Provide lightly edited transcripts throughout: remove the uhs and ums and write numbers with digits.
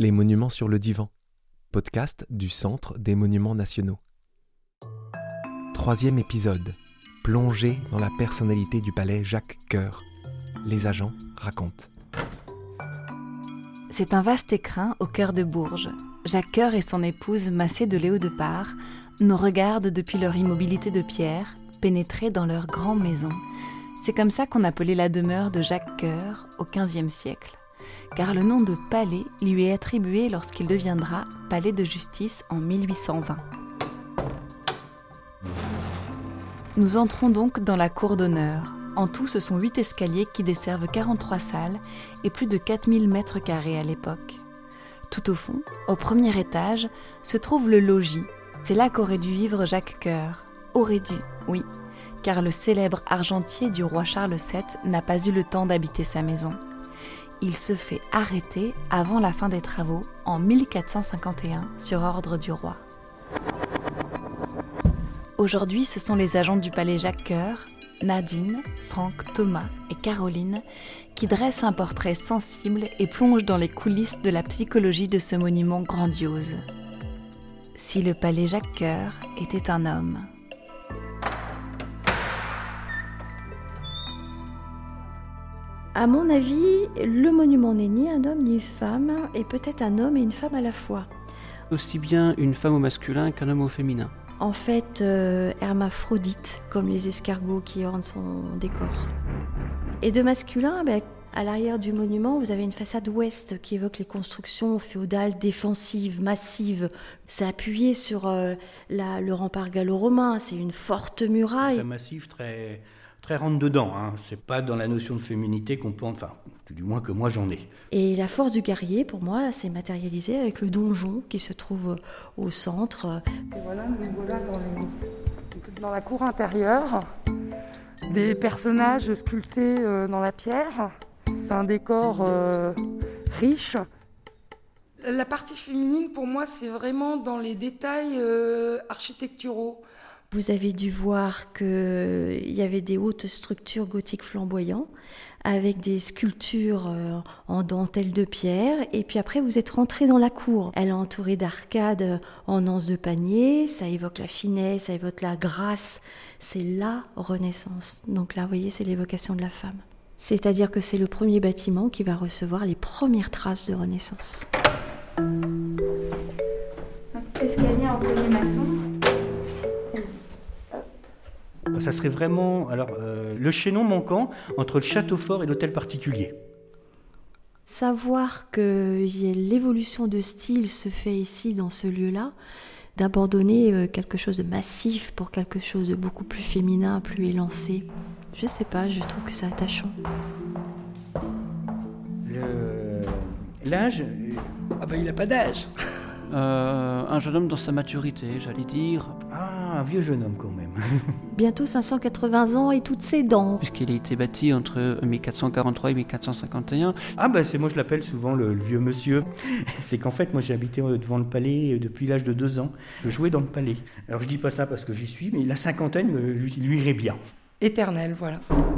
Les monuments sur le divan, podcast du Centre des monuments nationaux. 3e épisode, plongé dans la personnalité du palais Jacques Coeur. Les agents racontent. C'est un vaste écrin au cœur de Bourges. Jacques Coeur et son épouse, Massé de Léaudepart, nous regardent depuis leur immobilité de pierre, pénétrés dans leur grande maison. C'est comme ça qu'on appelait la demeure de Jacques Coeur au XVe siècle. Car le nom de palais lui est attribué lorsqu'il deviendra palais de justice en 1820. Nous entrons donc dans la cour d'honneur. En tout, ce sont 8 escaliers qui desservent 43 salles et plus de 4000 mètres carrés à l'époque. Tout au fond, au premier étage, se trouve le logis. C'est là qu'aurait dû vivre Jacques Coeur. Aurait dû, oui, car le célèbre argentier du roi Charles VII n'a pas eu le temps d'habiter sa maison. Il se fait arrêter avant la fin des travaux en 1451 sur ordre du roi. Aujourd'hui, ce sont les agents du palais Jacques Coeur, Nadine, Franck, Thomas et Caroline, qui dressent un portrait sensible et plongent dans les coulisses de la psychologie de ce monument grandiose. Si le palais Jacques Coeur était un homme. À mon avis, le monument n'est ni un homme ni une femme, et peut-être un homme et une femme à la fois. Aussi bien une femme au masculin qu'un homme au féminin. En fait, hermaphrodite, comme les escargots qui ornent son décor. Et de masculin, à l'arrière du monument, vous avez une façade ouest qui évoque les constructions féodales défensives, massives. C'est appuyé sur le rempart gallo-romain, c'est une forte muraille. Très massif, très rentre-dedans. C'est pas dans la notion de féminité qu'on peut... Enfin, du moins que moi j'en ai. Et la force du guerrier, pour moi, c'est matérialisé avec le donjon qui se trouve au centre. Et voilà, nous voilà dans la cour intérieure. Des personnages sculptés dans la pierre. C'est un décor riche. La partie féminine, pour moi, c'est vraiment dans les détails architecturaux. Vous avez dû voir qu'il y avait des hautes structures gothiques flamboyantes avec des sculptures en dentelle de pierre. Et puis après, vous êtes rentré dans la cour. Elle est entourée d'arcades en anse de panier. Ça évoque la finesse, ça évoque la grâce. C'est la Renaissance. Donc là, vous voyez, c'est l'évocation de la femme. C'est-à-dire que c'est le premier bâtiment qui va recevoir les premières traces de Renaissance. Un petit escalier en grenier maçon. Ça serait vraiment le chaînon manquant entre le château fort et l'hôtel particulier. Savoir que l'évolution de style se fait ici, dans ce lieu-là, d'abandonner quelque chose de massif pour quelque chose de beaucoup plus féminin, plus élancé. Je sais pas, je trouve que c'est attachant. L'âge il n'a pas d'âge. Un jeune homme dans sa maturité, j'allais dire. Un vieux jeune homme quand même. Bientôt 580 ans et toutes ses dents. Puisqu'il a été bâti entre 1443 et 1451. Moi je l'appelle souvent le vieux monsieur. C'est qu'en fait, moi j'ai habité devant le palais depuis l'âge de 2 ans. Je jouais dans le palais. Alors je dis pas ça parce que j'y suis, mais la cinquantaine lui irait bien. Éternel, voilà.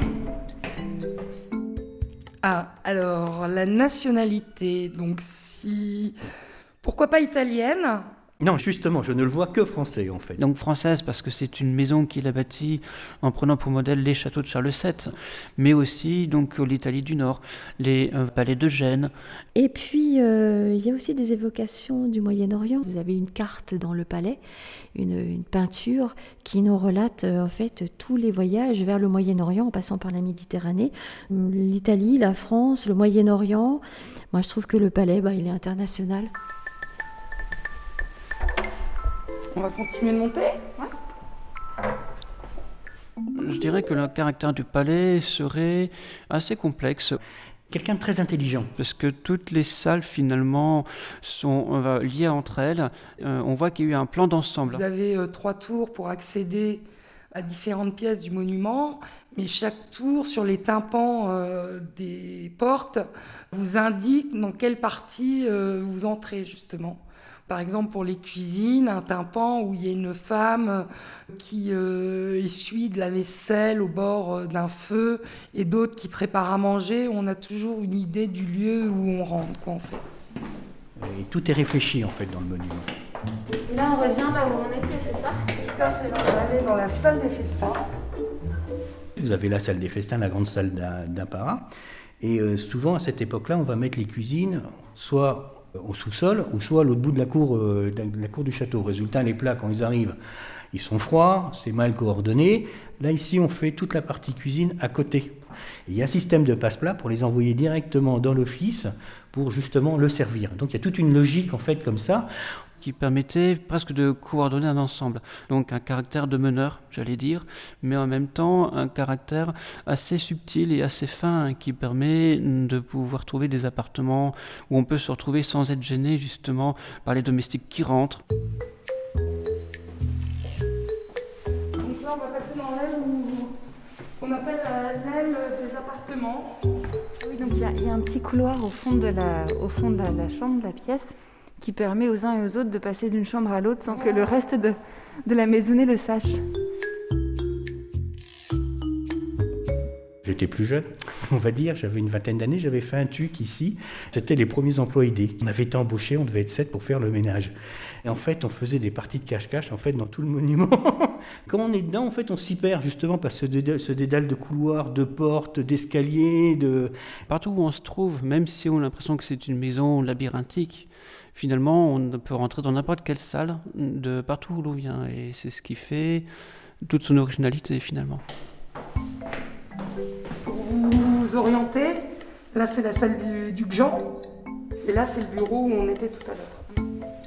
Alors, la nationalité, donc si... Pourquoi pas italienne ? Non, justement, je ne le vois que français, en fait. Donc française, parce que c'est une maison qu'il a bâtie en prenant pour modèle les châteaux de Charles VII, mais aussi donc l'Italie du Nord, les palais de Gênes. Et puis, il y a aussi des évocations du Moyen-Orient. Vous avez une carte dans le palais, une peinture qui nous relate en fait tous les voyages vers le Moyen-Orient en passant par la Méditerranée. L'Italie, la France, le Moyen-Orient. Moi, je trouve que le palais, il est international. On va continuer de monter ? Ouais. Je dirais que le caractère du palais serait assez complexe. Quelqu'un de très intelligent. Parce que toutes les salles, finalement, sont liées entre elles. On voit qu'il y a eu un plan d'ensemble. Vous avez 3 tours pour accéder à différentes pièces du monument, mais chaque tour, sur les tympans des portes, vous indique dans quelle partie vous entrez, justement. Par exemple, pour les cuisines, un tympan où il y a une femme qui essuie de la vaisselle au bord d'un feu et d'autres qui préparent à manger. On a toujours une idée du lieu où on rentre, en fait. Et tout est réfléchi en fait dans le monument. Et là, on revient là où on était, c'est ça? Tout à fait, on va aller dans la salle des festins. Vous avez la salle des festins, la grande salle d'apparat. Et souvent, à cette époque-là, on va mettre les cuisines soit au sous-sol ou soit à l'autre bout de la cour du château. Résultat, les plats, quand ils arrivent, ils sont froids, c'est mal coordonné. Là, ici, on fait toute la partie cuisine à côté. Et il y a un système de passe-plats pour les envoyer directement dans l'office pour justement le servir. Donc, il y a toute une logique, en fait, comme ça. Qui permettait presque de coordonner un ensemble. Donc un caractère de meneur, j'allais dire, mais en même temps un caractère assez subtil et assez fin qui permet de pouvoir trouver des appartements où on peut se retrouver sans être gêné justement par les domestiques qui rentrent. Donc là, on va passer dans l'aile qu'on appelle l'aile des appartements. Oui, donc il y a un petit couloir au fond de la chambre, de la pièce, qui permet aux uns et aux autres de passer d'une chambre à l'autre sans que le reste de la maisonnée le sache. J'étais plus jeune, on va dire, j'avais une vingtaine d'années, j'avais fait un TUC ici. C'était les premiers emplois aidés. On avait été embauchés, on devait être 7 pour faire le ménage. Et en fait, on faisait des parties de cache-cache en fait, dans tout le monument. Quand on est dedans, en fait, on s'y perd justement par ce dédale de couloirs, de portes, d'escaliers. Partout où on se trouve, même si on a l'impression que c'est une maison labyrinthique, finalement, on peut rentrer dans n'importe quelle salle de partout où l'on vient. Et c'est ce qui fait toute son originalité, finalement. Pour vous orienter, là, c'est la salle du Jean. Et là, c'est le bureau où on était tout à l'heure.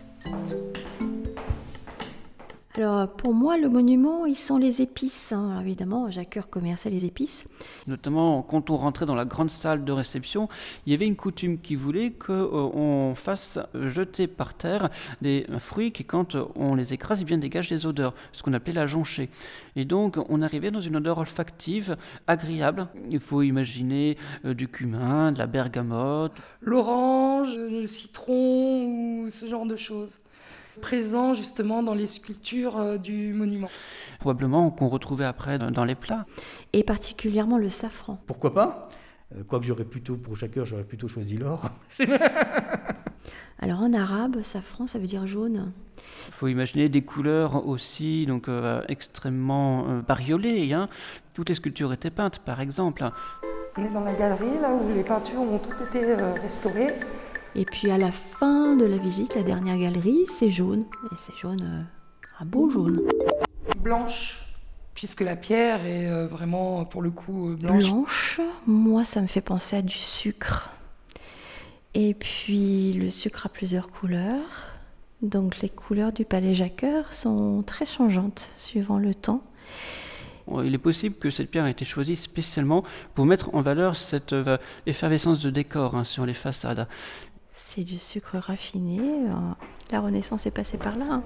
Alors, pour moi, le monument, ils sont les épices. Alors, évidemment, Jacques Coeur commerçait les épices. Notamment, quand on rentrait dans la grande salle de réception, il y avait une coutume qui voulait qu'on fasse jeter par terre des fruits qui, quand on les écrase, eh bien, dégagent des odeurs, ce qu'on appelait la jonchée. Et donc, on arrivait dans une odeur olfactive agréable. Il faut imaginer du cumin, de la bergamote. L'orange, le citron ou ce genre de choses. Présent justement dans les sculptures du monument. Probablement qu'on retrouvait après dans les plats. Et particulièrement le safran. Pourquoi pas ? Quoique pour Jacques Coeur, j'aurais plutôt choisi l'or. Alors en arabe, safran, ça veut dire jaune. Il faut imaginer des couleurs aussi donc, extrêmement bariolées. Hein. Toutes les sculptures étaient peintes, par exemple. On est dans la galerie, là où les peintures ont toutes été restaurées. Et puis à la fin de la visite, la dernière galerie, c'est jaune. Et c'est jaune, un beau jaune. Blanche, puisque la pierre est vraiment, pour le coup, blanche. Blanche, moi, ça me fait penser à du sucre. Et puis le sucre a plusieurs couleurs. Donc les couleurs du palais Jacques Coeur sont très changeantes suivant le temps. Il est possible que cette pierre ait été choisie spécialement pour mettre en valeur cette effervescence de décor sur les façades. C'est du sucre raffiné. La Renaissance est passée par là.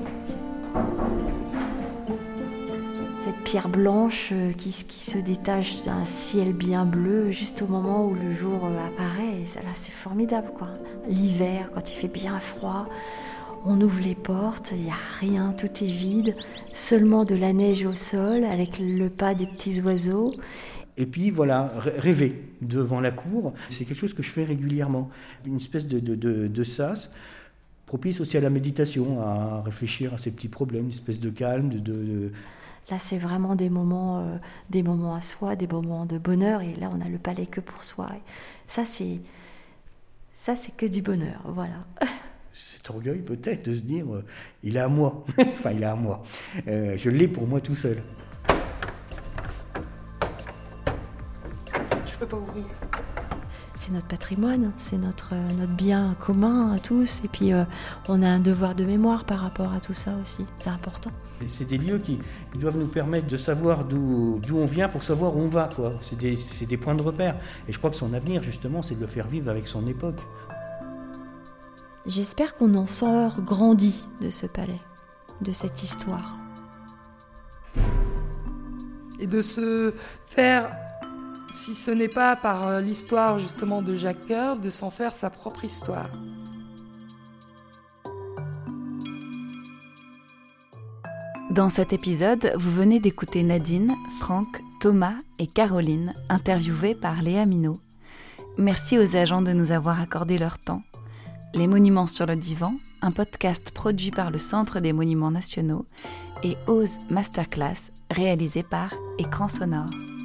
Cette pierre blanche qui se détache d'un ciel bien bleu juste au moment où le jour apparaît. Et ça, là, c'est formidable, quoi. L'hiver, quand il fait bien froid, on ouvre les portes, il n'y a rien, tout est vide. Seulement de la neige au sol avec le pas des petits oiseaux. Et puis voilà, rêver devant la cour, c'est quelque chose que je fais régulièrement. Une espèce de sas, propice aussi à la méditation, à réfléchir à ces petits problèmes, une espèce de calme, Là, c'est vraiment des moments à soi, des moments de bonheur. Et là, on a le palais que pour soi. Et ça, c'est que du bonheur, voilà. Cet orgueil peut-être de se dire, il est à moi. Enfin, il est à moi. Je l'ai pour moi tout seul. Je peux pas ouvrir. C'est notre patrimoine, c'est notre bien commun à tous. Et puis, on a un devoir de mémoire par rapport à tout ça aussi. C'est important. Et c'est des lieux qui doivent nous permettre de savoir d'où on vient pour savoir où on va, quoi. C'est des points de repère. Et je crois que son avenir, justement, c'est de le faire vivre avec son époque. J'espère qu'on en sort grandi de ce palais, de cette histoire. Et de se faire, si ce n'est pas par l'histoire justement de Jacques Coeur, de s'en faire sa propre histoire. Dans cet épisode, vous venez d'écouter Nadine, Franck, Thomas et Caroline, interviewés par Léa Minot. Merci aux agents de nous avoir accordé leur temps. Les Monuments sur le divan, un podcast produit par le Centre des Monuments Nationaux, et Ose Masterclass, réalisé par Écran Sonore.